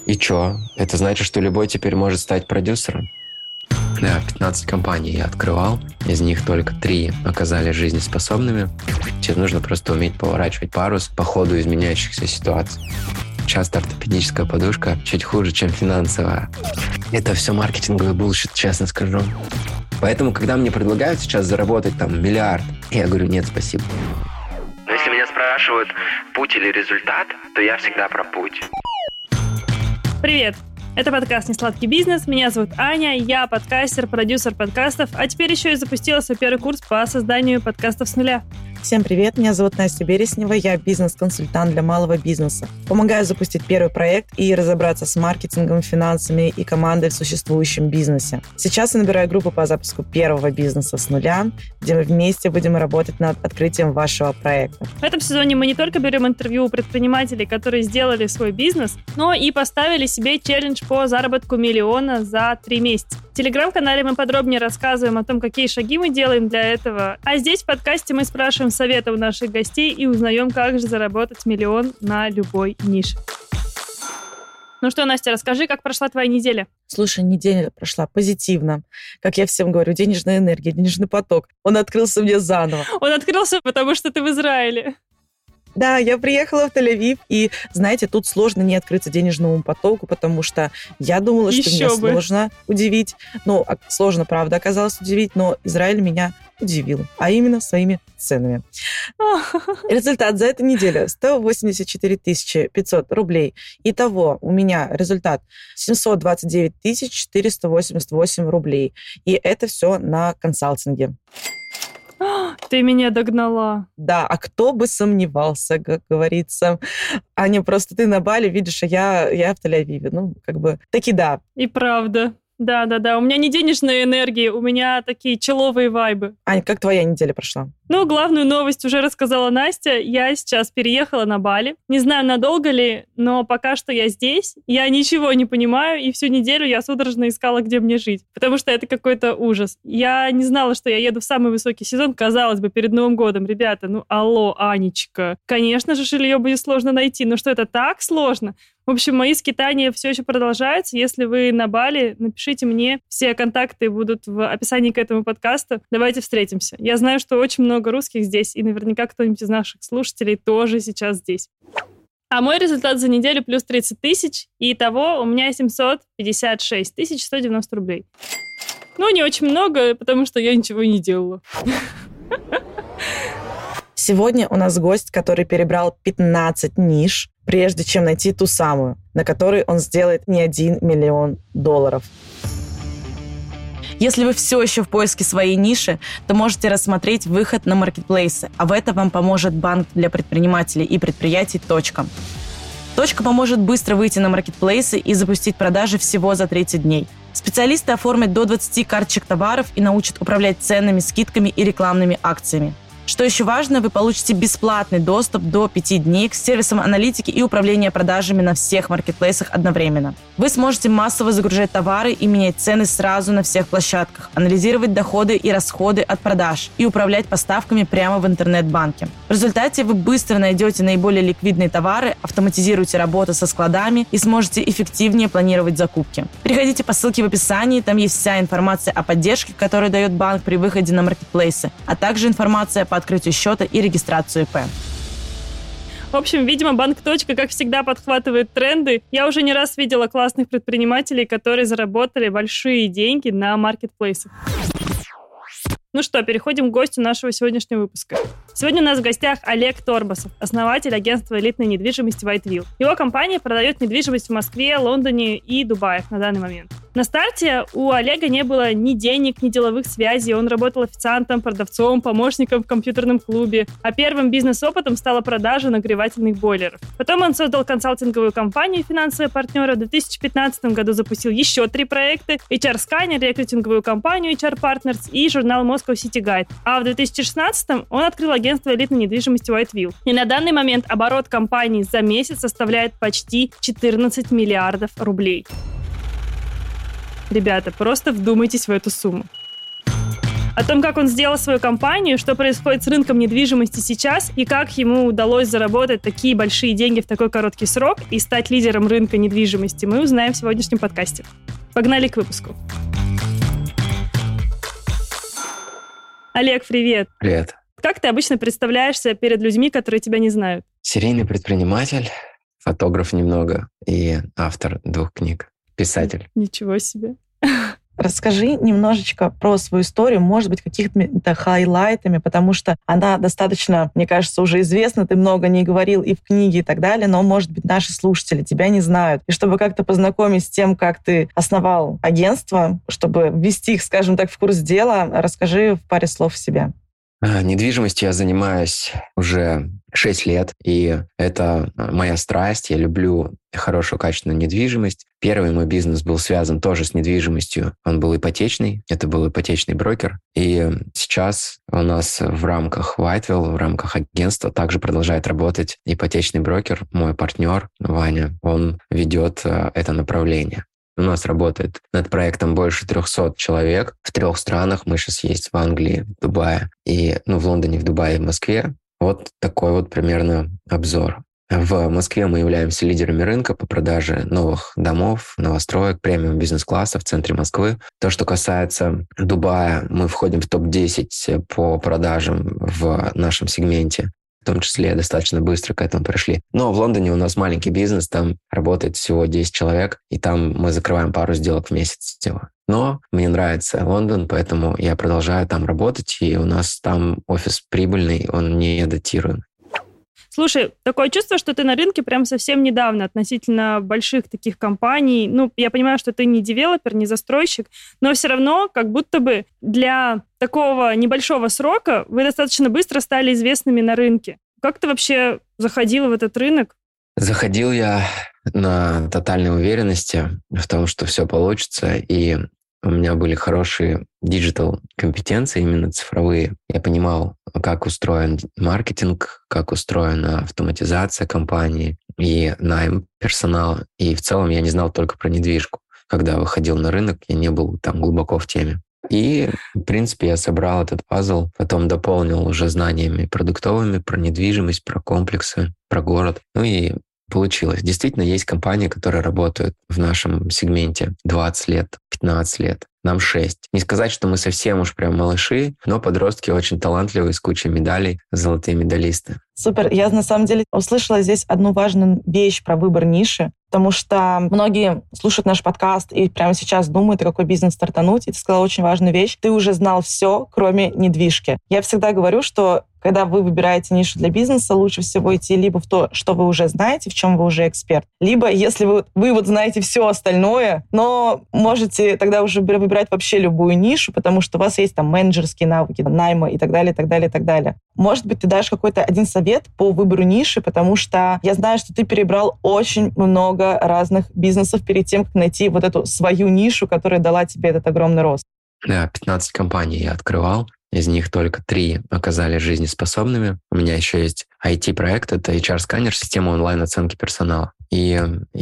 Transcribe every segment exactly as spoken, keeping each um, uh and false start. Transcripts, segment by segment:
И чё? Это значит, что любой теперь может стать продюсером? Да, пятнадцать компаний я открывал, из них только три оказались жизнеспособными. Тебе нужно просто уметь поворачивать парус по ходу изменяющихся ситуаций. Часто ортопедическая подушка чуть хуже, чем финансовая. Это все маркетинговый булшит, честно скажу. Поэтому, когда мне предлагают сейчас заработать там миллиард, я говорю, нет, спасибо. Но если меня спрашивают, путь или результат, то я всегда про путь. Привет! Это подкаст «Несладкий бизнес». Меня зовут Аня, я подкастер, продюсер подкастов, а теперь еще и запустила свой первый курс по созданию подкастов с нуля. Всем привет, меня зовут Настя Береснева, я бизнес-консультант для малого бизнеса. Помогаю запустить первый проект и разобраться с маркетингом, финансами и командой в существующем бизнесе. Сейчас я набираю группу по запуску первого бизнеса с нуля, где мы вместе будем работать над открытием вашего проекта. В этом сезоне мы не только берем интервью у предпринимателей, которые сделали свой бизнес, но и поставили себе челлендж по заработку миллиона за три месяца. В Телеграм-канале мы подробнее рассказываем о том, какие шаги мы делаем для этого. А здесь в подкасте мы спрашиваем совета у наших гостей и узнаем, как же заработать миллион на любой нише. Ну что, Настя, расскажи, как прошла твоя неделя? Слушай, неделя прошла позитивно. Как я всем говорю, денежная энергия, денежный поток. Он открылся мне заново. Он открылся, потому что ты в Израиле. Да, я приехала в Тель-Авив, и, знаете, тут сложно не открыться денежному потоку, потому что я думала, что Еще меня бы. сложно удивить. Ну, сложно, правда, оказалось удивить, но Израиль меня удивил, а именно своими ценами. Результат за эту неделю сто восемьдесят четыре тысячи пятьсот рублей. Итого у меня результат семьсот двадцать девять тысяч четыреста восемьдесят восемь рублей. И это все на консалтинге. Ты меня догнала. Да, а кто бы сомневался, как говорится. Аня, просто ты на Бали, видишь, а я, я в Тель-Авиве. Ну, как бы, таки да. И правда. Да-да-да, у меня не денежная энергия, у меня такие человые вайбы. Ань, как твоя неделя прошла? Ну, главную новость уже рассказала Настя. Я сейчас переехала на Бали. Не знаю, надолго ли, но пока что я здесь. Я ничего не понимаю, и всю неделю я судорожно искала, где мне жить. Потому что это какой-то ужас. Я не знала, что я еду в самый высокий сезон, казалось бы, перед Новым годом. Ребята, ну алло, Анечка. Конечно же, жилье будет сложно найти, но что это так сложно? В общем, мои скитания все еще продолжаются. Если вы на Бали, напишите мне. Все контакты будут в описании к этому подкасту. Давайте встретимся. Я знаю, что очень много русских здесь, и наверняка кто-нибудь из наших слушателей тоже сейчас здесь. А мой результат за неделю плюс тридцать тысяч, и итого у меня семьсот пятьдесят шесть тысяч сто девяносто рублей. Ну, не очень много, потому что я ничего не делала. Сегодня у нас гость, который перебрал пятнадцать ниш, прежде чем найти ту самую, на которой он сделает не один миллион долларов. Если вы все еще в поиске своей ниши, то можете рассмотреть выход на маркетплейсы, а в этом вам поможет банк для предпринимателей и предприятий «Точка». «Точка» поможет быстро выйти на маркетплейсы и запустить продажи всего за тридцать дней. Специалисты оформят до двадцати карточек товаров и научат управлять ценами, скидками и рекламными акциями. Что еще важно, вы получите бесплатный доступ до пяти дней к сервисам аналитики и управления продажами на всех маркетплейсах одновременно. Вы сможете массово загружать товары и менять цены сразу на всех площадках, анализировать доходы и расходы от продаж и управлять поставками прямо в интернет-банке. В результате вы быстро найдете наиболее ликвидные товары, автоматизируете работу со складами и сможете эффективнее планировать закупки. Переходите по ссылке в описании, там есть вся информация о поддержке, которую дает банк при выходе на маркетплейсы, а также информация по открытию счета и регистрацию ИП. В общем, видимо, банк «Точка», как всегда, подхватывает тренды. Я уже не раз видела классных предпринимателей, которые заработали большие деньги на маркетплейсах. Ну что, переходим к гостю нашего сегодняшнего выпуска. Сегодня у нас в гостях Олег Торбасов, основатель агентства элитной недвижимости White Wheel. Его компания продает недвижимость в Москве, Лондоне и Дубае на данный момент. На старте у Олега не было ни денег, ни деловых связей. Он работал официантом, продавцом, помощником в компьютерном клубе. А первым бизнес-опытом стала продажа нагревательных бойлеров. Потом он создал консалтинговую компанию «Финансовые партнеры». В две тысячи пятнадцатом году запустил еще три проекта: эйч ар-сканер, рекрутинговую компанию эйч ар Partners и журнал Moscow City Guide. А в две тысячи шестнадцатом он открыл агентство элитной недвижимости White Wheel. И на данный момент оборот компании за месяц составляет почти четырнадцать миллиардов рублей. Ребята, просто вдумайтесь в эту сумму. О том, как он сделал свою компанию, что происходит с рынком недвижимости сейчас и как ему удалось заработать такие большие деньги в такой короткий срок и стать лидером рынка недвижимости, мы узнаем в сегодняшнем подкасте. Погнали к выпуску. Олег, привет. Привет. Как ты обычно представляешься перед людьми, которые тебя не знают? Серийный предприниматель, фотограф немного и автор двух книг, писатель. Ничего себе. Расскажи немножечко про свою историю, может быть, какими-то хайлайтами, потому что она достаточно, мне кажется, уже известна, ты много не говорил и в книге и так далее, но, может быть, наши слушатели тебя не знают. И чтобы как-то познакомить с тем, как ты основал агентство, чтобы ввести их, скажем так, в курс дела, расскажи в паре слов о себе. Недвижимостью я занимаюсь уже шесть лет, и это моя страсть. Я люблю хорошую, качественную недвижимость. Первый мой бизнес был связан тоже с недвижимостью. Он был ипотечный, это был ипотечный брокер. И сейчас у нас в рамках Whitewell, в рамках агентства также продолжает работать ипотечный брокер. Мой партнер Ваня, он ведет это направление. У нас работает над проектом больше трехсот человек в трех странах. Мы сейчас есть в Англии, в Дубае, и, ну, в Лондоне, в Дубае и в Москве. Вот такой вот примерно обзор. В Москве мы являемся лидерами рынка по продаже новых домов, новостроек, премиум бизнес-класса в центре Москвы. То, что касается Дубая, мы входим в топ десять по продажам в нашем сегменте. В том числе достаточно быстро к этому пришли. Но в Лондоне у нас маленький бизнес, там работает всего десять человек, и там мы закрываем пару сделок в месяц всего. Но мне нравится Лондон, поэтому я продолжаю там работать, и у нас там офис прибыльный, он не датируем. Слушай, такое чувство, что ты на рынке прям совсем недавно относительно больших таких компаний. Ну, я понимаю, что ты не девелопер, не застройщик, но все равно как будто бы для такого небольшого срока вы достаточно быстро стали известными на рынке. Как ты вообще заходил в этот рынок? Заходил я на тотальной уверенности в том, что все получится, и у меня были хорошие диджитал-компетенции, именно цифровые. Я понимал, как устроен маркетинг, как устроена автоматизация компании и найм персонала. И в целом я не знал только про недвижку. Когда выходил на рынок, я не был там глубоко в теме. И, в принципе, я собрал этот пазл, потом дополнил уже знаниями продуктовыми про недвижимость, про комплексы, про город. Ну и получилось. Действительно, есть компании, которые работают в нашем сегменте двадцать лет, пятнадцать лет, нам шесть. Не сказать, что мы совсем уж прям малыши, но подростки очень талантливые, с кучей медалей, золотые медалисты. Супер. Я, на самом деле, услышала здесь одну важную вещь про выбор ниши, потому что многие слушают наш подкаст и прямо сейчас думают, о какой бизнес стартануть. И ты сказала очень важную вещь. Ты уже знал все, кроме недвижки. Я всегда говорю, что когда вы выбираете нишу для бизнеса, лучше всего идти либо в то, что вы уже знаете, в чем вы уже эксперт, либо если вы, вы вот знаете все остальное, но можете тогда уже выбирать вообще любую нишу, потому что у вас есть там менеджерские навыки, найма и так далее, и так далее, и так далее. Может быть, ты дашь какой-то один совет по выбору ниши, потому что я знаю, что ты перебрал очень много разных бизнесов перед тем, как найти вот эту свою нишу, которая дала тебе этот огромный рост. Да, пятнадцать компаний я открывал. Из них только три оказались жизнеспособными. У меня еще есть ай ти-проект, это эйч ар-сканер, система онлайн-оценки персонала. И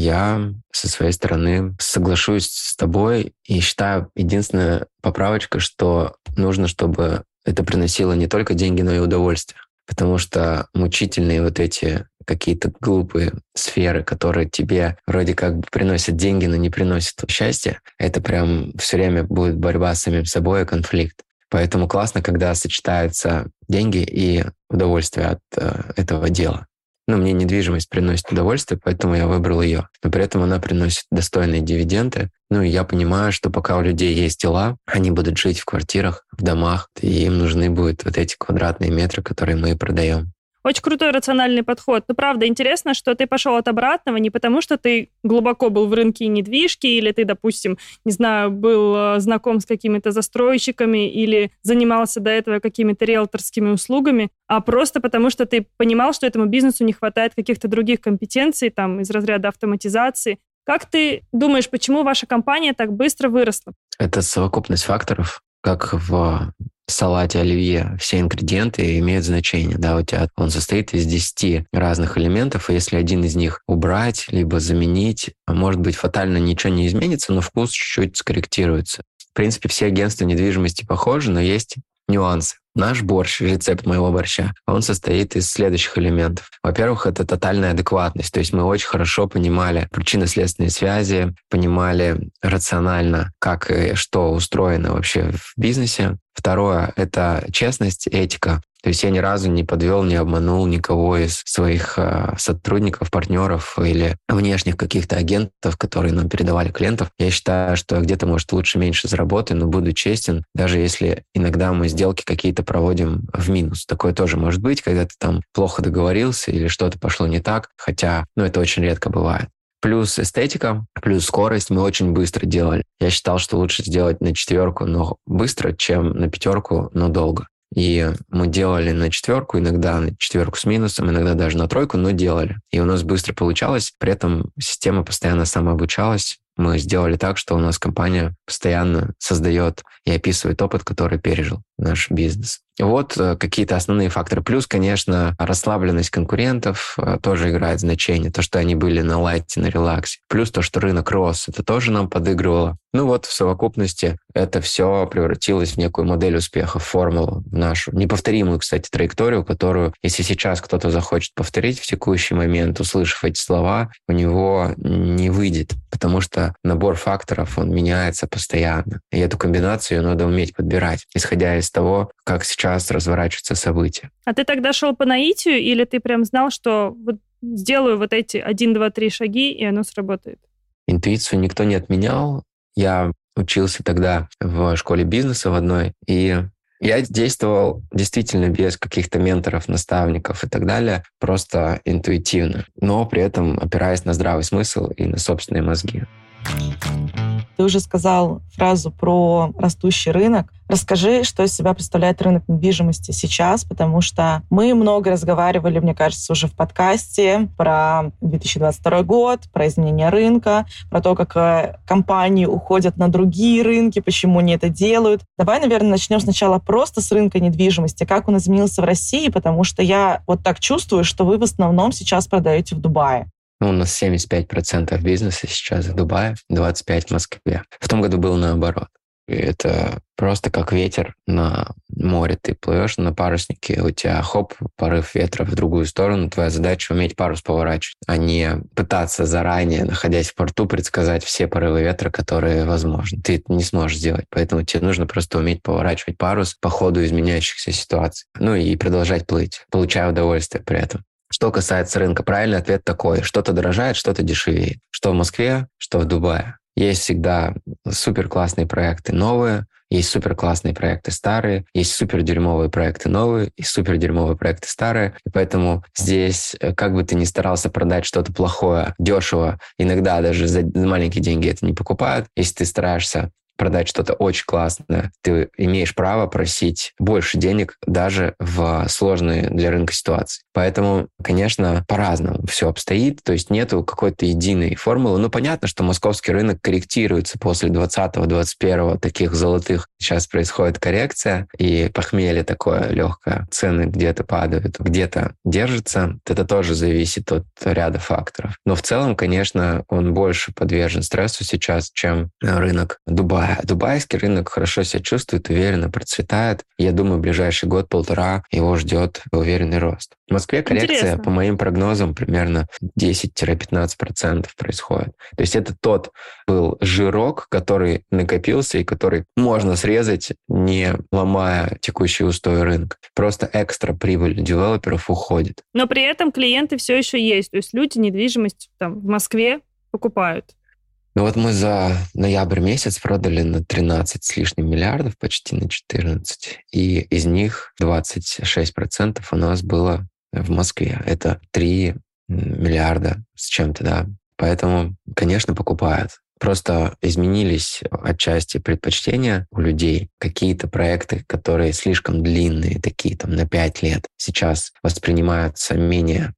я со своей стороны соглашусь с тобой и считаю, единственная поправочка, что нужно, чтобы это приносило не только деньги, но и удовольствие. Потому что мучительные вот эти какие-то глупые сферы, которые тебе вроде как бы приносят деньги, но не приносят счастья, это прям все время будет борьба с самим собой и конфликт. Поэтому классно, когда сочетаются деньги и удовольствие от э, этого дела. Ну, мне недвижимость приносит удовольствие, поэтому я выбрал ее. Но при этом она приносит достойные дивиденды. Ну, и я понимаю, что пока у людей есть дела, они будут жить в квартирах, в домах, и им нужны будут вот эти квадратные метры, которые мы продаем. Очень крутой рациональный подход. Но правда интересно, что ты пошел от обратного не потому, что ты глубоко был в рынке недвижки, или ты, допустим, не знаю, был знаком с какими-то застройщиками или занимался до этого какими-то риэлторскими услугами, а просто потому, что ты понимал, что этому бизнесу не хватает каких-то других компетенций, там, из разряда автоматизации. Как ты думаешь, почему ваша компания так быстро выросла? Это совокупность факторов. Как в салате оливье все ингредиенты имеют значение. Да, у тебя он состоит из десяти разных элементов, и если один из них убрать, либо заменить, может быть, фатально ничего не изменится, но вкус чуть-чуть скорректируется. В принципе, все агентства недвижимости похожи, но есть нюансы. Наш борщ, рецепт моего борща, он состоит из следующих элементов. Во-первых, это тотальная адекватность. То есть мы очень хорошо понимали причинно-следственные связи, понимали рационально, как и что устроено вообще в бизнесе. Второе — это честность, этика. То есть я ни разу не подвел, не обманул никого из своих э, сотрудников, партнеров или внешних каких-то агентов, которые нам передавали клиентов. Я считаю, что где-то, может, лучше меньше заработаю, но буду честен, даже если иногда мы сделки какие-то проводим в минус. Такое тоже может быть, когда ты там плохо договорился или что-то пошло не так, хотя, ну, это очень редко бывает. Плюс эстетика, плюс скорость мы очень быстро делали. Я считал, что лучше сделать на четверку, но быстро, чем на пятерку, но долго. И мы делали на четверку, иногда на четверку с минусом, иногда даже на тройку, но делали. И у нас быстро получалось, при этом система постоянно самообучалась. Мы сделали так, что у нас компания постоянно создает и описывает опыт, который пережил наш бизнес. Вот какие-то основные факторы. Плюс, конечно, расслабленность конкурентов тоже играет значение. То, что они были на лайте, на релаксе. Плюс то, что рынок рос, это тоже нам подыгрывало. Ну вот в совокупности это все превратилось в некую модель успеха, в формулу, в нашу неповторимую, кстати, траекторию, которую, если сейчас кто-то захочет повторить в текущий момент, услышав эти слова, у него не выйдет, потому что набор факторов, он меняется постоянно. И эту комбинацию надо уметь подбирать, исходя из того, как сейчас разворачиваются события. А ты тогда шел по наитию, или ты прям знал, что вот сделаю вот эти один, два, три шаги, и оно сработает? Интуицию никто не отменял. Я учился тогда в школе бизнеса в одной, и я действовал действительно без каких-то менторов, наставников и так далее, просто интуитивно, но при этом опираясь на здравый смысл и на собственные мозги. Ты уже сказал фразу про растущий рынок. Расскажи, что из себя представляет рынок недвижимости сейчас, потому что мы много разговаривали, мне кажется, уже в подкасте про две тысячи двадцать второй год, про изменение рынка, про то, как компании уходят на другие рынки, почему они это делают. Давай, наверное, начнем сначала просто с рынка недвижимости. Как он изменился в России, потому что я вот так чувствую, что вы в основном сейчас продаете в Дубае. Ну, у нас семьдесят пять процентов бизнеса сейчас в Дубае, двадцать пять процентов в Москве. В том году было наоборот. И это просто как ветер на море. Ты плывешь на паруснике, у тебя хоп, порыв ветра в другую сторону. Твоя задача — уметь парус поворачивать, а не пытаться заранее, находясь в порту, предсказать все порывы ветра, которые возможны. Ты это не сможешь сделать. Поэтому тебе нужно просто уметь поворачивать парус по ходу изменяющихся ситуаций. Ну и продолжать плыть, получая удовольствие при этом. Что касается рынка, правильный ответ такой. Что-то дорожает, что-то дешевеет. Что в Москве, что в Дубае. Есть всегда супер классные проекты новые, есть супер классные проекты старые, есть супер дерьмовые проекты новые и супер дерьмовые проекты старые. И поэтому здесь, как бы ты ни старался продать что-то плохое, дешево, иногда даже за маленькие деньги это не покупают. Если ты стараешься продать что-то очень классное, ты имеешь право просить больше денег даже в сложные для рынка ситуации. Поэтому, конечно, по-разному все обстоит, то есть нету какой-то единой формулы. Ну, понятно, что московский рынок корректируется после двадцатого двадцать первого, таких золотых. Сейчас происходит коррекция, и похмелье такое легкое. Цены где-то падают, где-то держатся. Это тоже зависит от ряда факторов. Но в целом, конечно, он больше подвержен стрессу сейчас, чем рынок Дубая. Дубайский рынок хорошо себя чувствует, уверенно процветает. Я думаю, в ближайший год-полтора его ждет уверенный рост. В Москве коррекция, Интересно. По моим прогнозам, примерно десять-пятнадцать процентов происходит. То есть это тот был жирок, который накопился и который можно срезать, не ломая текущий устой рынка. Просто экстра прибыль девелоперов уходит. Но при этом клиенты все еще есть. То есть люди недвижимость там, в Москве покупают. Ну вот мы за ноябрь месяц продали на тринадцать с лишним миллиардов, почти на четырнадцать. И из них двадцать шесть процентов у нас было в Москве. Это три миллиарда с чем-то, да. Поэтому, конечно, покупают. Просто изменились отчасти предпочтения у людей. Какие-то проекты, которые слишком длинные, такие там на пять лет, сейчас воспринимаются менее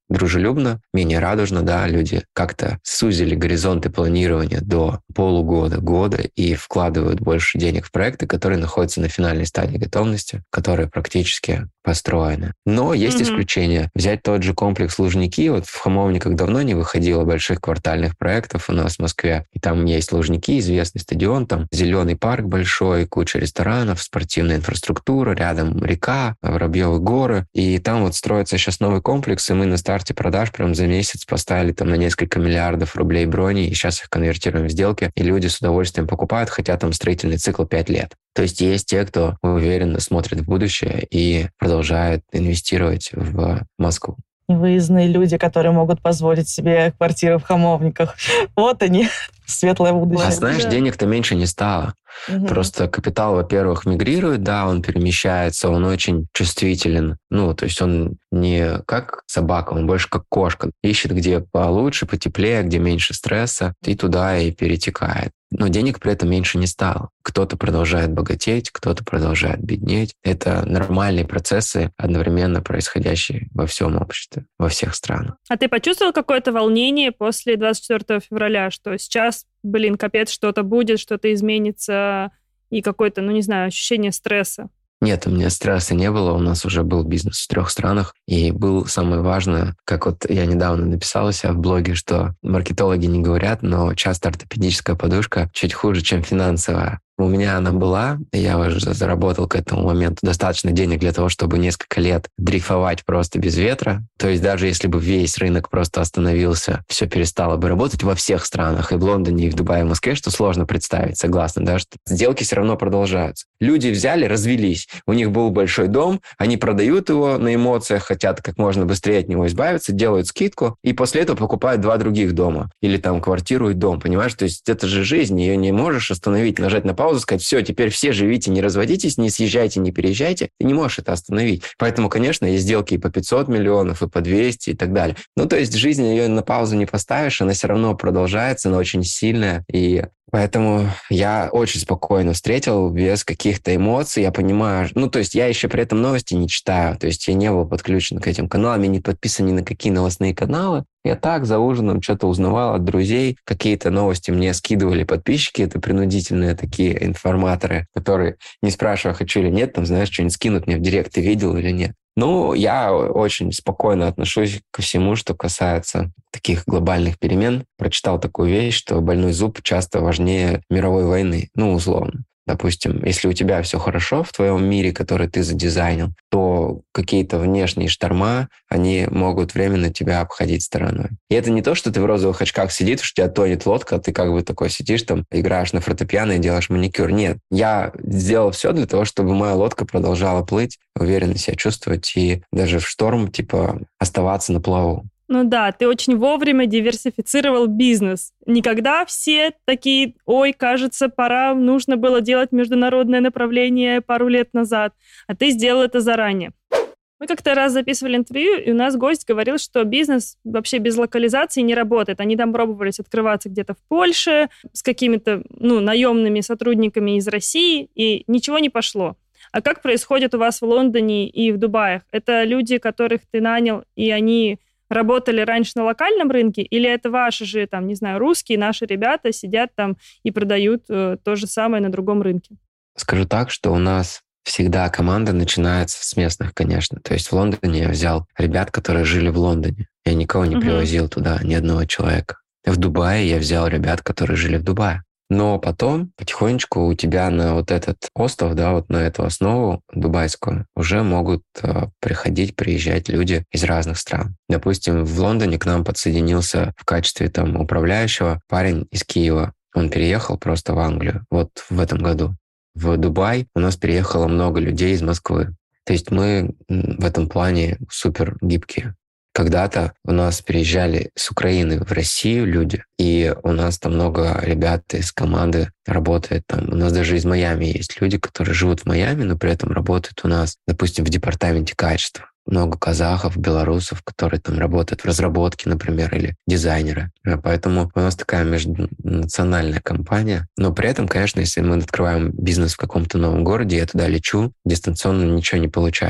дружелюбно, менее радужно, да, люди как-то сузили горизонты планирования до полугода, года и вкладывают больше денег в проекты, которые находятся на финальной стадии готовности, которые практически построены. Но есть mm-hmm. исключения. Взять тот же комплекс Лужники, вот в Хамовниках давно не выходило больших квартальных проектов у нас в Москве, и там есть Лужники, известный стадион, там зеленый парк большой, куча ресторанов, спортивная инфраструктура, рядом река, Воробьевы горы, и там вот строится сейчас новый комплекс, и мы на старте продаж прям за месяц поставили там на несколько миллиардов рублей брони, и сейчас их конвертируем в сделки, и люди с удовольствием покупают, хотя там строительный цикл пять лет. То есть есть те, кто уверенно смотрит в будущее и продолжает инвестировать в Москву. Невыездные люди, которые могут позволить себе квартиру в Хамовниках. Вот они, светлое будущее. А знаешь, да. денег-то меньше не стало. Угу. Просто капитал, во-первых, мигрирует, да, он перемещается, он очень чувствителен. Ну, то есть он не как собака, он больше как кошка. Ищет, где получше, потеплее, где меньше стресса, и туда и перетекает. Но денег при этом меньше не стало. Кто-то продолжает богатеть, кто-то продолжает беднеть. Это нормальные процессы, одновременно происходящие во всем обществе, во всех странах. А ты почувствовал какое-то волнение после двадцать четвёртого февраля, что сейчас, блин, капец, что-то будет, что-то изменится, и какое-то, ну не знаю, ощущение стресса? Нет, у меня стресса не было, у нас уже был бизнес в трех странах, и был самое важное, как вот я недавно написал у себя в блоге, что маркетологи не говорят, но часто ортопедическая подушка чуть хуже, чем финансовая. У меня она была, и я уже заработал к этому моменту достаточно денег для того, чтобы несколько лет дрейфовать просто без ветра. То есть даже если бы весь рынок просто остановился, все перестало бы работать во всех странах, и в Лондоне, и в Дубае, и в Москве, что сложно представить, согласна, да, что сделки все равно продолжаются. Люди взяли, развелись, у них был большой дом, они продают его на эмоциях, хотят как можно быстрее от него избавиться, делают скидку, и после этого покупают два других дома, или там квартиру и дом, понимаешь? То есть это же жизнь, ее не можешь остановить, нажать на паузу, сказать, все, теперь все живите, не разводитесь, не съезжайте, не переезжайте. Ты не можешь это остановить. Поэтому, конечно, есть сделки и по пятьсот миллионов, и по двести, и так далее. Ну, то есть жизнь, ее на паузу не поставишь, она все равно продолжается, она очень сильная, и поэтому я очень спокойно встретил, без каких-то эмоций. Я понимаю, ну, то есть я еще при этом новости не читаю, то есть я не был подключен к этим каналам, я не подписан ни на какие новостные каналы. Я так за ужином что-то узнавал от друзей, какие-то новости мне скидывали подписчики, это принудительные такие информаторы, которые, не спрашивая, хочу или нет, там, знаешь, что-нибудь скинут мне в директ, ты видел или нет. Ну, я очень спокойно отношусь ко всему, что касается таких глобальных перемен. Прочитал такую вещь, что больной зуб часто важнее мировой войны, ну, условно. Допустим, если у тебя все хорошо в твоем мире, который ты задизайнил, то какие-то внешние шторма, они могут временно тебя обходить стороной. И это не то, что ты в розовых очках сидишь, что у тебя тонет лодка, ты как бы такой сидишь там, играешь на фортепиано и делаешь маникюр. Нет, я сделал все для того, чтобы моя лодка продолжала плыть, уверенно себя чувствовать и даже в шторм, типа, оставаться на плаву. Ну да, ты очень вовремя диверсифицировал бизнес. Никогда все такие, ой, кажется, пора, нужно было делать международное направление пару лет назад, а ты сделал это заранее. Мы как-то раз записывали интервью, и у нас гость говорил, что бизнес вообще без локализации не работает. Они там пробовались открываться где-то в Польше с какими-то, ну, наемными сотрудниками из России, и ничего не пошло. А как происходит у вас в Лондоне и в Дубае? Это люди, которых ты нанял, и они работали раньше на локальном рынке, или это ваши же, там, не знаю, русские, наши ребята сидят там и продают э, то же самое на другом рынке? Скажу так, что у нас всегда команда начинается с местных, конечно. То есть в Лондоне я взял ребят, которые жили в Лондоне. Я никого не uh-huh. привозил туда, ни одного человека. В Дубае я взял ребят, которые жили в Дубае. Но потом потихонечку у тебя на вот этот остров, да, вот на эту основу дубайскую уже могут э, приходить, приезжать люди из разных стран. Допустим, в Лондоне к нам подсоединился в качестве там управляющего парень из Киева. Он переехал просто в Англию вот в этом году. В Дубай у нас переехало много людей из Москвы. То есть мы в этом плане супер гибкие. Когда-то у нас переезжали с Украины в Россию люди, и у нас там много ребят из команды работает там. У нас даже из Майами есть люди, которые живут в Майами, но при этом работают у нас, допустим, в департаменте качества. Много казахов, белорусов, которые там работают в разработке, например, или дизайнеры. Поэтому у нас такая межнациональная компания. Но при этом, конечно, если мы открываем бизнес в каком-то новом городе, я туда лечу, дистанционно ничего не получается.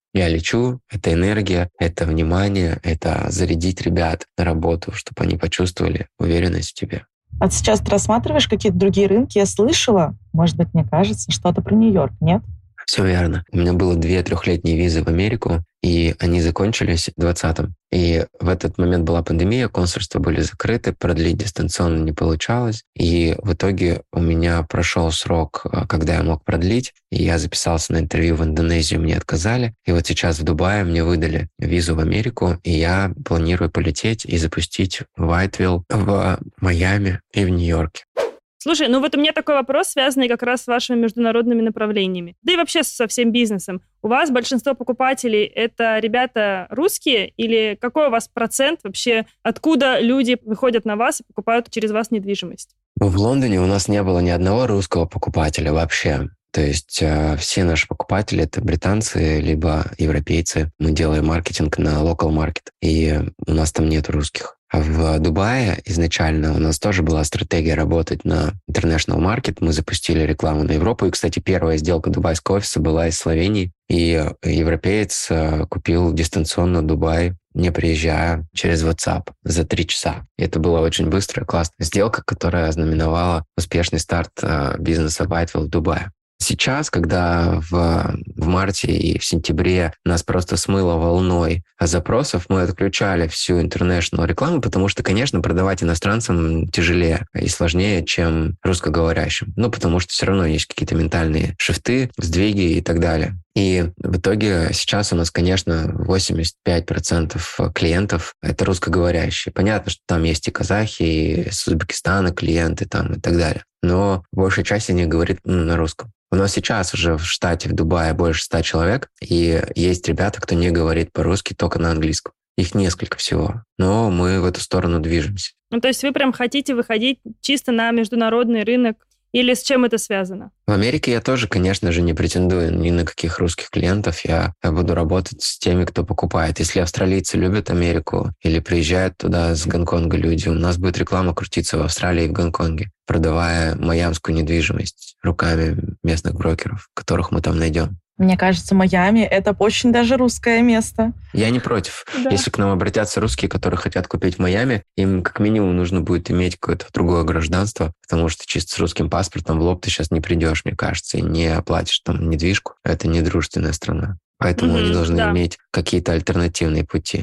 Я лечу, это энергия, это внимание, это зарядить ребят на работу, чтобы они почувствовали уверенность в тебе. А сейчас ты рассматриваешь какие-то другие рынки? Я слышала, может быть, мне кажется, что-то про Нью-Йорк, нет? Все верно. У меня было две трехлетние визы в Америку, и они закончились в двадцатом. И в этот момент была пандемия, консульства были закрыты, продлить дистанционно не получалось. И в итоге у меня прошел срок, когда я мог продлить, и я записался на интервью в Индонезию, мне отказали. И вот сейчас в Дубае мне выдали визу в Америку, и я планирую полететь и запустить Whiteville в Майами и в Нью-Йорке. Слушай, ну вот у меня такой вопрос, связанный как раз с вашими международными направлениями. Да и вообще со всем бизнесом. У вас большинство покупателей — это ребята русские? Или какой у вас процент вообще, откуда люди выходят на вас и покупают через вас недвижимость? В Лондоне у нас не было ни одного русского покупателя вообще. То есть э, все наши покупатели — это британцы, либо европейцы. Мы делаем маркетинг на local market, и у нас там нет русских. А в Дубае изначально у нас тоже была стратегия работать на international market. Мы запустили рекламу на Европу. И, кстати, первая сделка дубайского офиса была из Словении. И европеец купил дистанционно Дубай, не приезжая, через WhatsApp за три часа. И это была очень быстрая, классная сделка, которая ознаменовала успешный старт бизнеса Whiteville в Дубае. Сейчас, когда в, в марте и в сентябре нас просто смыло волной запросов, мы отключали всю international рекламу, потому что, конечно, продавать иностранцам тяжелее и сложнее, чем русскоговорящим. Ну, потому что все равно есть какие-то ментальные шифты, сдвиги и так далее. И в итоге сейчас у нас, конечно, восемьдесят пять процентов клиентов — это русскоговорящие. Понятно, что там есть и казахи, и из Узбекистана клиенты там и так далее. Но большая часть из них говорит ну, на русском. У нас сейчас уже в штате, в Дубае, больше ста человек, и есть ребята, кто не говорит по-русски, только на английском. Их несколько всего, но мы в эту сторону движемся. Ну, то есть вы прям хотите выходить чисто на международный рынок, или с чем это связано? В Америке я тоже, конечно же, не претендую ни на каких русских клиентов. Я буду работать с теми, кто покупает. Если австралийцы любят Америку или приезжают туда с Гонконга люди, у нас будет реклама крутиться в Австралии и в Гонконге, продавая майамскую недвижимость руками местных брокеров, которых мы там найдем. Мне кажется, Майами — это очень даже русское место. Я не против. Да. Если к нам обратятся русские, которые хотят купить в Майами, им как минимум нужно будет иметь какое-то другое гражданство, потому что чисто с русским паспортом в лоб ты сейчас не придешь, мне кажется, и не оплатишь там недвижку. Это недружественная страна. Поэтому Мгм, они должны да. иметь какие-то альтернативные пути.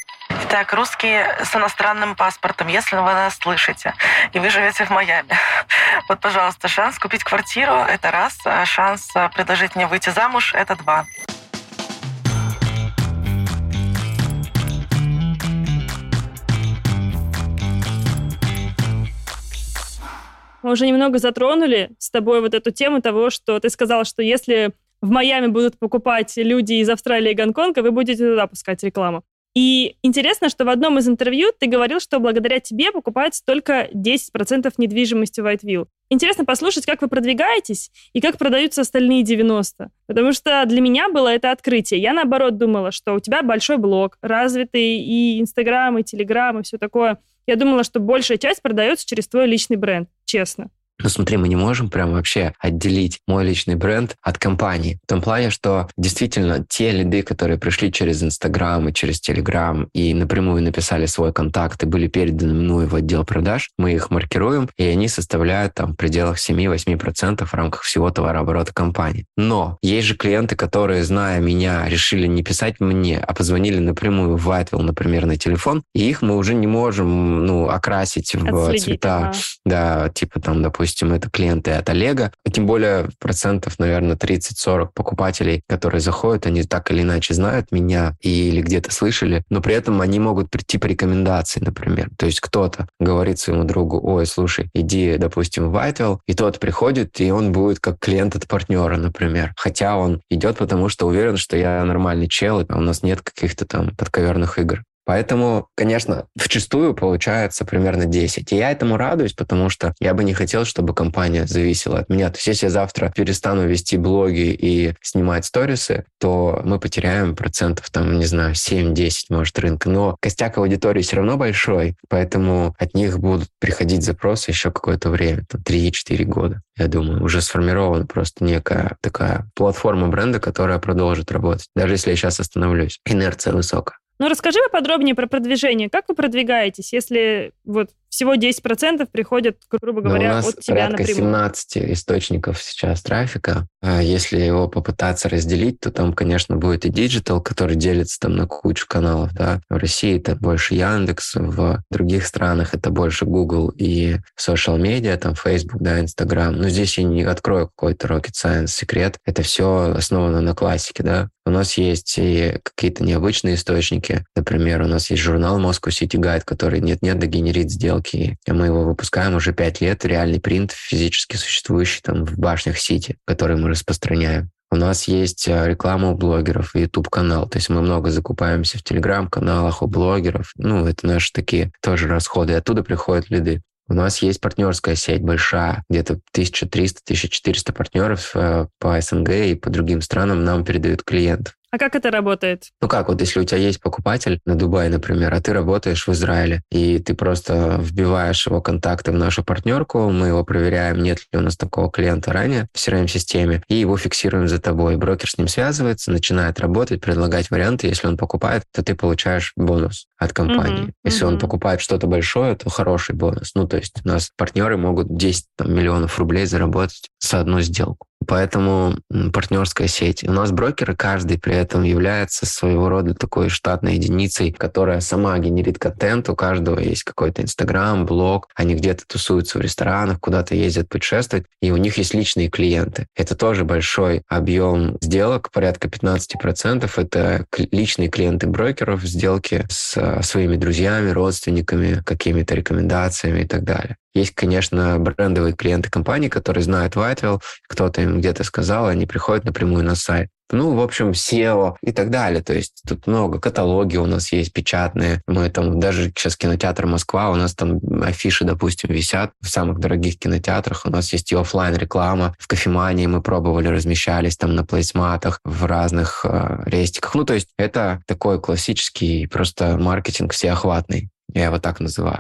Итак, русские с иностранным паспортом, если вы нас слышите, и вы живете в Майами, вот, пожалуйста, шанс купить квартиру — это раз, а шанс предложить мне выйти замуж — это два. Мы уже немного затронули с тобой вот эту тему того, что ты сказала, что если в Майами будут покупать люди из Австралии и Гонконга, вы будете туда пускать рекламу. И интересно, что в одном из интервью ты говорил, что благодаря тебе покупается только десять процентов недвижимости в Whiteville. Интересно послушать, как вы продвигаетесь и как продаются остальные девяносто процентов. Потому что для меня было это открытие. Я, наоборот, думала, что у тебя большой блог, развитый и Инстаграм, и Телеграм, и все такое. Я думала, что большая часть продается через твой личный бренд, честно. Ну смотри, мы не можем прям вообще отделить мой личный бренд от компании. В том плане, что действительно те лиды, которые пришли через Инстаграм и через Телеграм и напрямую написали свой контакт и были переданы мной в отдел продаж, мы их маркируем, и они составляют там в пределах семь-восемь процентов в рамках всего товарооборота компании. Но есть же клиенты, которые, зная меня, решили не писать мне, а позвонили напрямую в Whiteville, например, на телефон, и их мы уже не можем ну, окрасить в Отследить, цвета, ага. да, типа там, допустим, Допустим, это клиенты от Олега. Тем более процентов, наверное, тридцать-сорок покупателей, которые заходят, они так или иначе знают меня или где-то слышали, но при этом они могут прийти по рекомендации, например. То есть кто-то говорит своему другу: ой, слушай, иди, допустим, в Whiteville, и тот приходит, и он будет как клиент от партнера, например. Хотя он идет, потому что уверен, что я нормальный чел, а у нас нет каких-то там подковерных игр. Поэтому, конечно, вчастую получается примерно десять. И я этому радуюсь, потому что я бы не хотел, чтобы компания зависела от меня. То есть если я завтра перестану вести блоги и снимать сторисы, то мы потеряем процентов, там, не знаю, семь-десять, может, рынка. Но костяк аудитории все равно большой, поэтому от них будут приходить запросы еще какое-то время, там, три-четыре года. Я думаю, уже сформирована просто некая такая платформа бренда, которая продолжит работать, даже если я сейчас остановлюсь. Инерция высокая. Ну, расскажи поподробнее про продвижение. Как вы продвигаетесь, если вот всего десять процентов приходят, грубо говоря, у нас от тебя порядка напрямую? семнадцать источников сейчас трафика. Если его попытаться разделить, то там, конечно, будет и диджитал, который делится там на кучу каналов. Да? В России это больше Яндекс, в других странах это больше Google и social media, там Facebook, да, Instagram. Но здесь я не открою какой-то rocket science секрет. Это все основано на классике, да. У нас есть и какие-то необычные источники. Например, у нас есть журнал Moscow City Guide, который нет-нет, да генерит сделки. И мы его выпускаем уже пять лет. Реальный принт, физически существующий там в башнях Сити, который мы распространяем. У нас есть реклама у блогеров и YouTube-канал. То есть мы много закупаемся в Telegram-каналах у блогеров. Ну, это наши такие тоже расходы. И оттуда приходят лиды. У нас есть партнерская сеть большая, где-то тысяча триста - тысяча четыреста партнеров по СНГ и по другим странам нам передают клиентов. А как это работает? Ну как, вот если у тебя есть покупатель на Дубае, например, а ты работаешь в Израиле, и ты просто вбиваешь его контакты в нашу партнерку, мы его проверяем, нет ли у нас такого клиента ранее в си эр эм-системе, и его фиксируем за тобой. Брокер с ним связывается, начинает работать, предлагать варианты. Если он покупает, то ты получаешь бонус от компании. Uh-huh, Если uh-huh. он покупает что-то большое, то хороший бонус. Ну, то есть у нас партнеры могут десять там, миллионов рублей заработать за одну сделку. Поэтому партнерская сеть. У нас брокеры, каждый при этом является своего рода такой штатной единицей, которая сама генерит контент. У каждого есть какой-то Инстаграм, блог. Они где-то тусуются в ресторанах, куда-то ездят путешествовать, и у них есть личные клиенты. Это тоже большой объем сделок, порядка пятнадцать процентов. Это личные клиенты брокеров, сделки с своими друзьями, родственниками, какими-то рекомендациями и так далее. Есть, конечно, брендовые клиенты компании, которые знают Whitewell, кто-то им где-то сказал, они приходят напрямую на сайт. Ну, в общем, сео и так далее. То есть тут много. Каталоги у нас есть печатные. Мы там, даже сейчас кинотеатр Москва, у нас там афиши, допустим, висят в самых дорогих кинотеатрах. У нас есть и офлайн реклама. В кофемании мы пробовали, размещались там на плейсматах, в разных э, рестиках. Ну, то есть это такой классический просто маркетинг всеохватный. Я его так называю.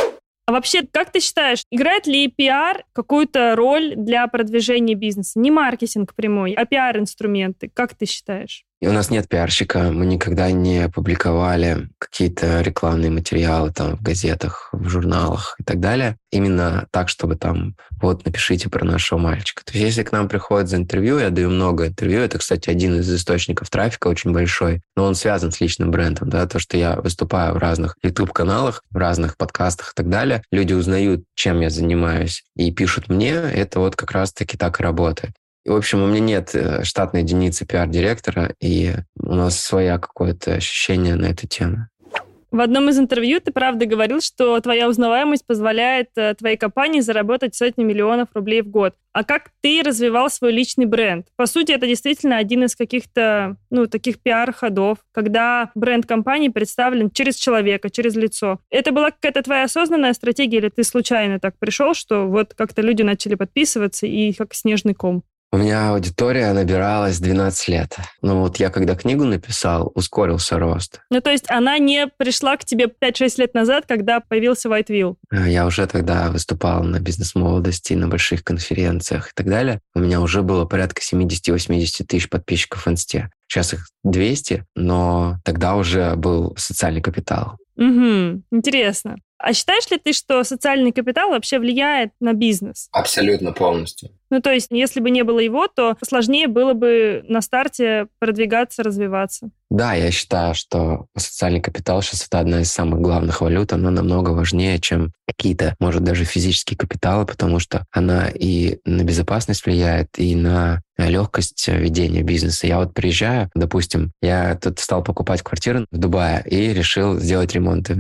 А вообще, как ты считаешь, играет ли пиар какую-то роль для продвижения бизнеса? Не маркетинг прямой, а пиар-инструменты. Как ты считаешь? И у нас нет пиарщика, мы никогда не публиковали какие-то рекламные материалы там в газетах, в журналах и так далее. Именно так, чтобы там, вот, напишите про нашего мальчика. То есть если к нам приходят за интервью, я даю много интервью, это, кстати, один из источников трафика, очень большой, но он связан с личным брендом, да, то, что я выступаю в разных YouTube-каналах, в разных подкастах и так далее, люди узнают, чем я занимаюсь, и пишут мне, это вот как раз-таки так и работает. И, в общем, у меня нет штатной единицы пиар-директора, и у нас своя какое-то ощущение на эту тему. В одном из интервью ты, правда, говорил, что твоя узнаваемость позволяет твоей компании заработать сотни миллионов рублей в год. А как ты развивал свой личный бренд? По сути, это действительно один из каких-то, ну, таких пиар-ходов, когда бренд компании представлен через человека, через лицо. Это была какая-то твоя осознанная стратегия, или ты случайно так пришел, что вот как-то люди начали подписываться и как снежный ком? У меня аудитория набиралась двенадцать лет. Ну вот я когда книгу написал, ускорился рост. Ну то есть она не пришла к тебе пять-шесть лет назад, когда появился Whitewell? Я уже тогда выступал на бизнес-молодости, на больших конференциях и так далее. У меня уже было порядка семьдесят-восемьдесят тысяч подписчиков в Инсте. Сейчас их двести, но тогда уже был социальный капитал. Угу, интересно. А считаешь ли ты, что социальный капитал вообще влияет на бизнес? Абсолютно полностью. Ну, то есть, если бы не было его, то сложнее было бы на старте продвигаться, развиваться. Да, я считаю, что социальный капитал сейчас это одна из самых главных валют. Она намного важнее, чем какие-то, может, даже физические капиталы, потому что она и на безопасность влияет, и на легкость ведения бизнеса. Я вот приезжаю, допустим, я тут стал покупать квартиры в Дубае и решил сделать ремонты в них.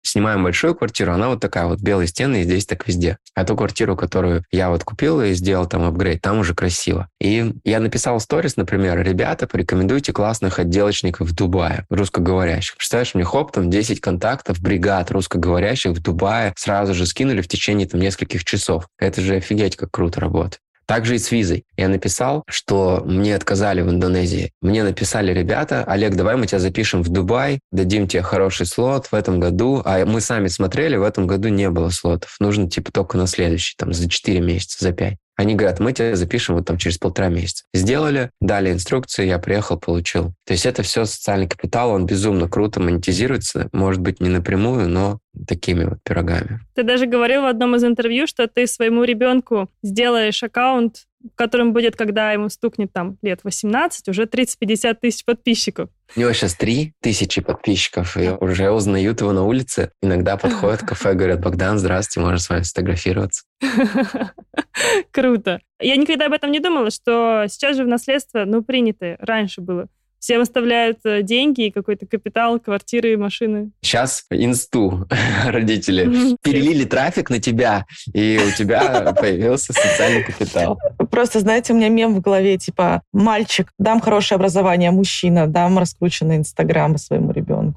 снимаем большую квартиру, она вот такая вот, белые стены, и здесь так везде. А ту квартиру, которую я вот купил и сделал там апгрейд, там уже красиво. И я написал сторис, например, ребята, порекомендуйте классных отделочников в Дубае, русскоговорящих. Представляешь, мне хоп, там десять контактов, бригад русскоговорящих в Дубае сразу же скинули в течение там нескольких часов. Это же офигеть, как круто работает. Также и с визой. Я написал, что мне отказали в Индонезии. Мне написали ребята: Олег, давай мы тебя запишем в Дубай, дадим тебе хороший слот в этом году. А мы сами смотрели, в этом году не было слотов. Нужно типа только на следующий, там за четыре месяца, за пять. Они говорят, мы тебя запишем вот там через полтора месяца. Сделали, дали инструкции, я приехал, получил. То есть это все социальный капитал, он безумно круто монетизируется. Может быть, не напрямую, но такими вот пирогами. Ты даже говорил в одном из интервью, что ты своему ребенку сделаешь аккаунт, в котором будет, когда ему стукнет там лет восемнадцать, уже тридцать-пятьдесят тысяч подписчиков. У него сейчас три тысячи подписчиков, и уже узнают его на улице. Иногда подходят в кафе, говорят: Богдан, здравствуйте, можно с вами сфотографироваться. Круто. Я никогда об этом не думала, что сейчас же в наследство, ну, принято, раньше было. Всем оставляют деньги и какой-то капитал, квартиры, машины. Сейчас инсту родители перелили трафик на тебя, и у тебя появился социальный капитал. Просто, знаете, у меня мем в голове, типа, мальчик, дам хорошее образование, мужчина, дам раскрученный Инстаграм своему ребенку.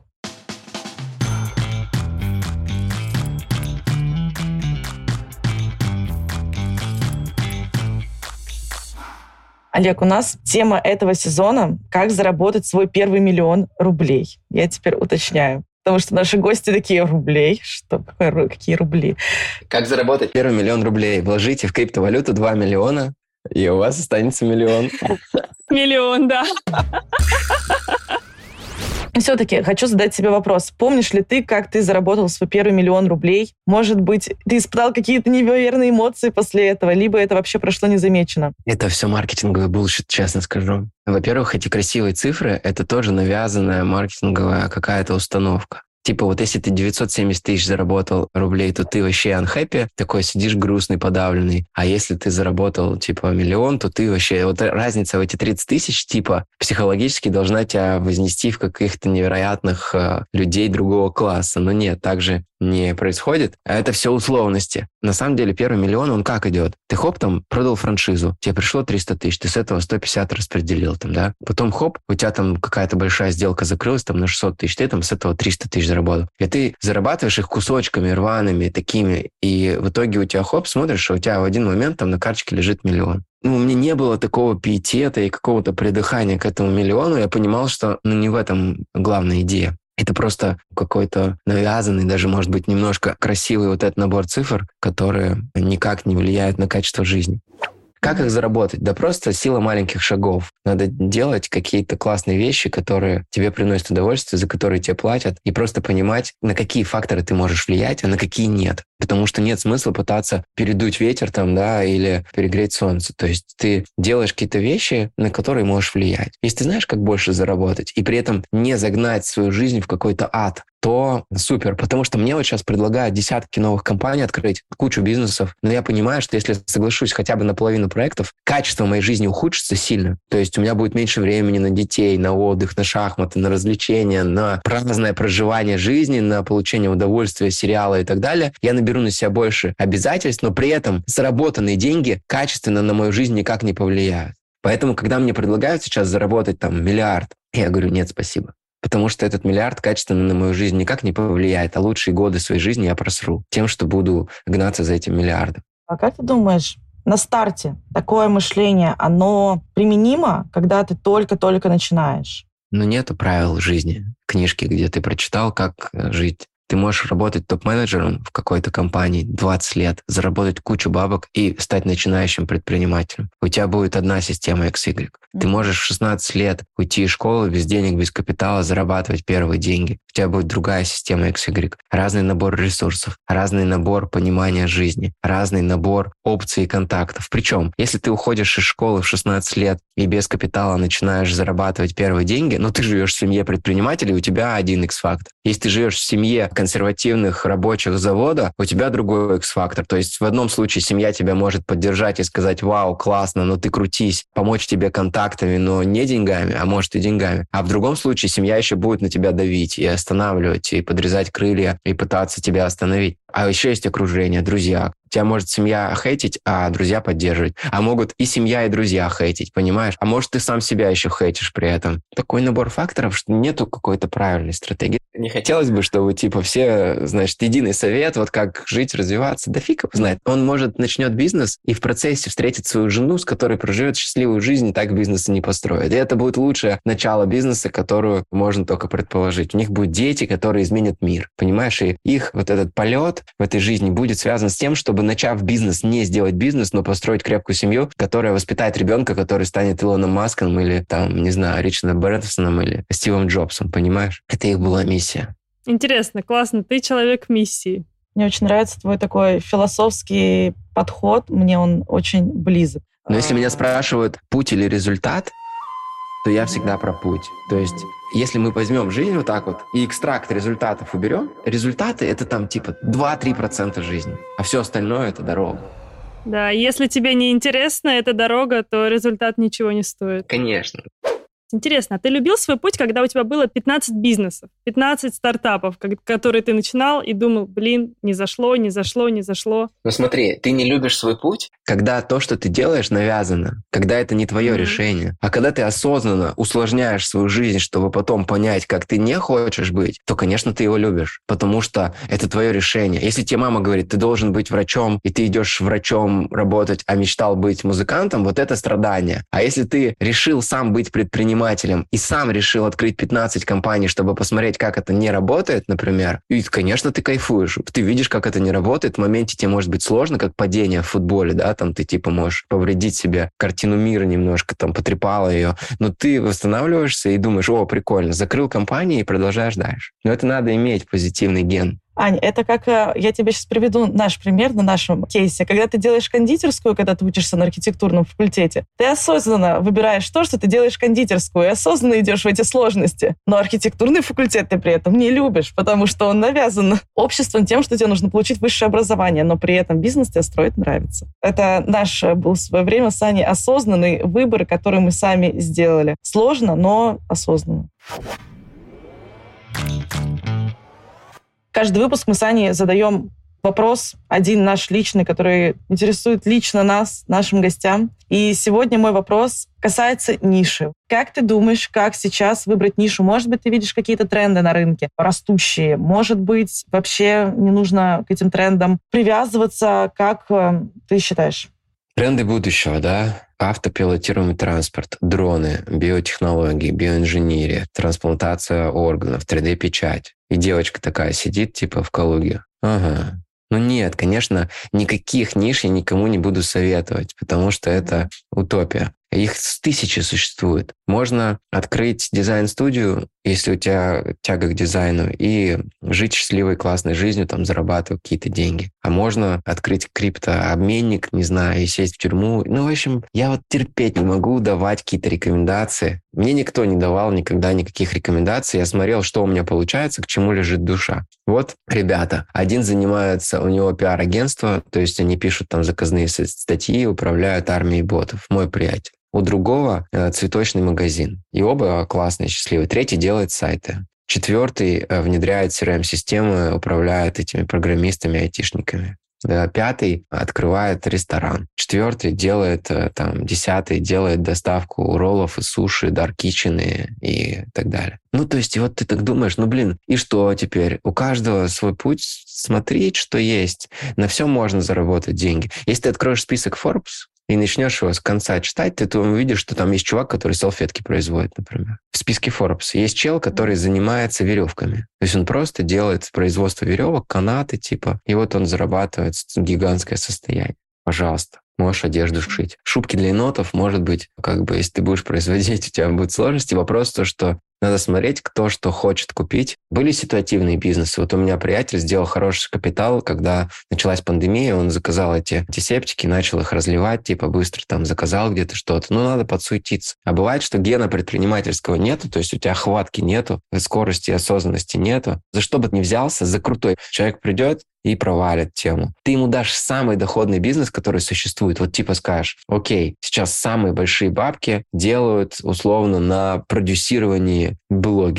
Олег, у нас тема этого сезона — как заработать свой первый миллион рублей. Я теперь уточняю. Потому что наши гости такие: рублей? Что? Какие рубли? Как заработать первый миллион рублей? Вложите в криптовалюту два миллиона, и у вас останется миллион. Миллион, да. Все-таки хочу задать себе вопрос. Помнишь ли ты, как ты заработал свой первый миллион рублей? Может быть, ты испытал какие-то невероятные эмоции после этого, либо это вообще прошло незамеченно? Это все маркетинговый булшит, честно скажу. Во-первых, эти красивые цифры — это тоже навязанная маркетинговая какая-то установка. Типа вот если ты девятьсот семьдесят тысяч заработал рублей, то ты вообще unhappy, такой сидишь грустный, подавленный. А если ты заработал типа миллион, то ты вообще... Вот разница в эти тридцать тысяч типа психологически должна тебя вознести в каких-то невероятных э, людей другого класса. Но нет, так же не происходит. А это все условности. На самом деле первый миллион, он как идет? Ты хоп, там продал франшизу, тебе пришло триста тысяч, ты с этого сто пятьдесят распределил там, да? Потом хоп, у тебя там какая-то большая сделка закрылась там на шестьсот тысяч, ты там с этого триста тысяч заработал. И ты зарабатываешь их кусочками рваными такими, и в итоге у тебя хоп, смотришь, что у тебя в один момент там на карточке лежит миллион. Ну, у меня не было такого пиетета и какого-то придыхания к этому миллиону. Я понимал, что ну, не в этом главная идея. Это просто какой-то навязанный, даже, может быть, немножко красивый вот этот набор цифр, которые никак не влияют на качество жизни. Как их заработать? Да просто сила маленьких шагов. Надо делать какие-то классные вещи, которые тебе приносят удовольствие, за которые тебе платят, и просто понимать, на какие факторы ты можешь влиять, а на какие нет. Потому что нет смысла пытаться передуть ветер там, да, или перегреть солнце. То есть ты делаешь какие-то вещи, на которые можешь влиять. Если ты знаешь, как больше заработать, и при этом не загнать свою жизнь в какой-то ад, то супер. Потому что мне вот сейчас предлагают десятки новых компаний открыть, кучу бизнесов, но я понимаю, что если соглашусь хотя бы на половину проектов, качество моей жизни ухудшится сильно. То есть у меня будет меньше времени на детей, на отдых, на шахматы, на развлечения, на праздное проживание жизни, на получение удовольствия, сериала и так далее. Я наберу на себя больше обязательств, но при этом заработанные деньги качественно на мою жизнь никак не повлияют. Поэтому, когда мне предлагают сейчас заработать там миллиард, я говорю: нет, спасибо. Потому что этот миллиард качественно на мою жизнь никак не повлияет, а лучшие годы своей жизни я просру тем, что буду гнаться за этим миллиардом. А как ты думаешь, на старте такое мышление, оно применимо, когда ты только-только начинаешь? Но нету правил жизни, книжки, где ты прочитал, как жить. Ты можешь работать топ-менеджером в какой-то компании двадцать лет, заработать кучу бабок и стать начинающим предпринимателем. У тебя будет одна система икс игрек. Mm-hmm. Ты можешь в шестнадцать лет уйти из школы без денег, без капитала, зарабатывать первые деньги. У тебя будет другая система икс игрек. Разный набор ресурсов, разный набор понимания жизни, разный набор опций и контактов. Причем, если ты уходишь из школы в шестнадцать лет и без капитала начинаешь зарабатывать первые деньги, но ты живешь в семье предпринимателей, у тебя один икс-фактор. Если ты живешь в семье консервативных рабочих завода, у тебя другой X-фактор. То есть в одном случае семья тебя может поддержать и сказать: вау, классно, но ты крутись, помочь тебе контактами, но не деньгами, а может и деньгами. А в другом случае семья еще будет на тебя давить и останавливать и подрезать крылья и пытаться тебя остановить. А еще есть окружение, друзья. Тебя может семья хейтить, а друзья поддерживать. А могут и семья, и друзья хейтить, понимаешь? А может, ты сам себя еще хейтишь при этом. Такой набор факторов, что нету какой-то правильной стратегии. Не хотелось бы, чтобы, типа, все, значит, единый совет, вот как жить, развиваться. Да фиг его знает. Он, может, начнет бизнес и в процессе встретит свою жену, с которой проживет счастливую жизнь, и так бизнеса не построит. И это будет лучшее начало бизнеса, которую можно только предположить. У них будут дети, которые изменят мир, понимаешь? И их вот этот полет в этой жизни будет связан с тем, чтобы, начав бизнес, не сделать бизнес, но построить крепкую семью, которая воспитает ребенка, который станет Илоном Маском или, там, не знаю, Ричардом Брэнсоном или Стивом Джобсом, понимаешь? Это их была миссия. Интересно, классно. Ты человек миссии. Мне очень нравится твой такой философский подход. Мне он очень близок. Но если меня спрашивают, путь или результат, то я всегда про путь. То есть, если мы возьмем жизнь вот так вот и экстракт результатов уберем, результаты — это там типа два-три процента жизни, а все остальное — это дорога. Да, если тебе не интересна эта дорога, то результат ничего не стоит. Конечно. Интересно, а ты любил свой путь, когда у тебя было пятнадцать бизнесов, пятнадцать стартапов, которые ты начинал и думал, блин, не зашло, не зашло, не зашло? Ну смотри, ты не любишь свой путь, когда то, что ты делаешь, навязано, когда это не твое mm-hmm. решение. А когда ты осознанно усложняешь свою жизнь, чтобы потом понять, как ты не хочешь быть, то, конечно, ты его любишь, потому что это твое решение. Если тебе мама говорит, ты должен быть врачом, и ты идешь врачом работать, а мечтал быть музыкантом, вот это страдание. А если ты решил сам быть предпринимателем, и сам решил открыть пятнадцать компаний, чтобы посмотреть, как это не работает, например, и, конечно, ты кайфуешь. Ты видишь, как это не работает. В моменте тебе может быть сложно, как падение в футболе, да, там ты типа можешь повредить себе картину мира немножко, там, потрепала ее, но ты восстанавливаешься и думаешь, о, прикольно, закрыл компанию и продолжаешь дальше. Но это надо иметь позитивный ген. Ань, это как, я тебе сейчас приведу наш пример на нашем кейсе. Когда ты делаешь кондитерскую, когда ты учишься на архитектурном факультете, ты осознанно выбираешь то, что ты делаешь кондитерскую, и осознанно идешь в эти сложности. Но архитектурный факультет ты при этом не любишь, потому что он навязан обществом тем, что тебе нужно получить высшее образование, но при этом бизнес тебе строить нравится. Это наш был в свое время с Аней осознанный выбор, который мы сами сделали. Сложно, но осознанно. Каждый выпуск мы с Аней задаем вопрос, один наш личный, который интересует лично нас, нашим гостям. И сегодня мой вопрос касается ниши. Как ты думаешь, как сейчас выбрать нишу? Может быть, ты видишь какие-то тренды на рынке растущие? Может быть, вообще не нужно к этим трендам привязываться? Как ты считаешь? Тренды будущего, да? Автопилотируемый транспорт, дроны, биотехнологии, биоинженерия, трансплантация органов, три дэ-печать. И девочка такая сидит, типа, в Калуге. Ага. Ну нет, конечно, никаких ниш я никому не буду советовать, потому что это утопия. Их тысячи существует. Можно открыть дизайн-студию, если у тебя тяга к дизайну, и жить счастливой, классной жизнью, там, зарабатывать какие-то деньги. А можно открыть криптообменник, не знаю, и сесть в тюрьму. Ну, в общем, я вот терпеть не могу давать какие-то рекомендации. Мне никто не давал никогда никаких рекомендаций. Я смотрел, что у меня получается, к чему лежит душа. Вот, ребята, один занимается, у него пиар-агентство, то есть они пишут там заказные статьи, управляют армией ботов. Мой приятель. У другого э, цветочный магазин. И оба классные, счастливые. Третий делает сайты. Четвертый э, внедряет си ар эм-системы, управляет этими программистами, айтишниками. Э, пятый открывает ресторан. Четвертый делает, э, там, десятый делает доставку роллов и суши, дарк-китчены и так далее. Ну, то есть, и вот ты так думаешь, ну, блин, и что теперь? У каждого свой путь, смотреть, что есть. На все можно заработать деньги. Если ты откроешь список Forbes, и начнешь его с конца читать, ты, ты увидишь, что там есть чувак, который салфетки производит, например. В списке Forbes есть чел, который занимается веревками. То есть он просто делает производство веревок, канаты типа, и вот он зарабатывает гигантское состояние. Пожалуйста. Можешь одежду шить. Шубки для енотов, может быть, как бы, если ты будешь производить, у тебя будут сложности. Вопрос то, что надо смотреть, кто что хочет купить. Были ситуативные бизнесы. Вот у меня приятель сделал хороший капитал, когда началась пандемия, он заказал эти антисептики, начал их разливать, типа быстро там заказал где-то что-то. Ну, надо подсуетиться. А бывает, что гена предпринимательского нету, то есть у тебя хватки нету, скорости и осознанности нету. За что бы ты ни взялся, за крутой. Человек придет и провалит тему. Ты ему дашь самый доходный бизнес, который существует. Вот типа скажешь, окей, сейчас самые большие бабки делают условно на продюсировании блогеров.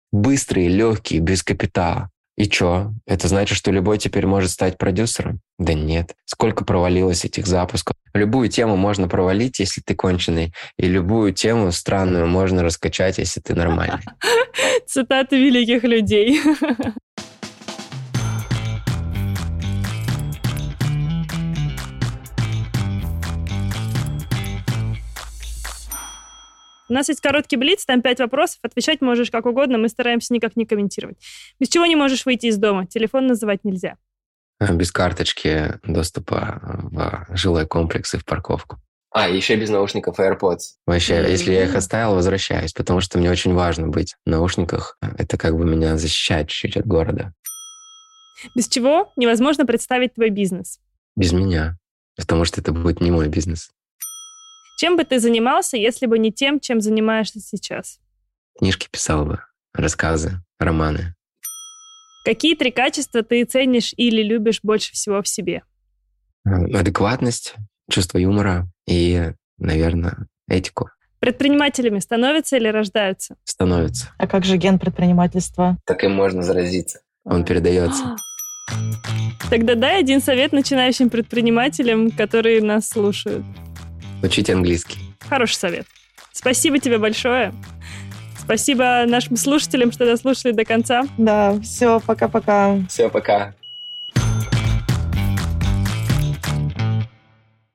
Быстрые, легкие, без капитала. И чё? Это значит, что любой теперь может стать продюсером? Да нет. Сколько провалилось этих запусков? Любую тему можно провалить, если ты конченый, и любую тему странную можно раскачать, если ты нормальный. Цитаты великих людей. У нас есть короткий блиц, там пять вопросов, отвечать можешь как угодно, мы стараемся никак не комментировать. Без чего не можешь выйти из дома? Телефон называть нельзя. Без карточки доступа в жилой комплекс и в парковку. А, еще без наушников AirPods. Вообще, mm-hmm. если я их оставил, возвращаюсь, потому что мне очень важно быть в наушниках. Это как бы меня защищает чуть-чуть от города. Без чего невозможно представить твой бизнес? Без меня, потому что это будет не мой бизнес. Чем бы ты занимался, если бы не тем, чем занимаешься сейчас? Книжки писал бы, рассказы, романы. Какие три качества ты ценишь или любишь больше всего в себе? Адекватность, чувство юмора и, наверное, этику. Предпринимателями становятся или рождаются? Становятся. А как же ген предпринимательства? Так им можно заразиться. Он передается. Тогда дай один совет начинающим предпринимателям, которые нас слушают. Учить английский. Хороший совет. Спасибо тебе большое. Спасибо нашим слушателям, что дослушали до конца. Да, все, пока-пока. Все, пока.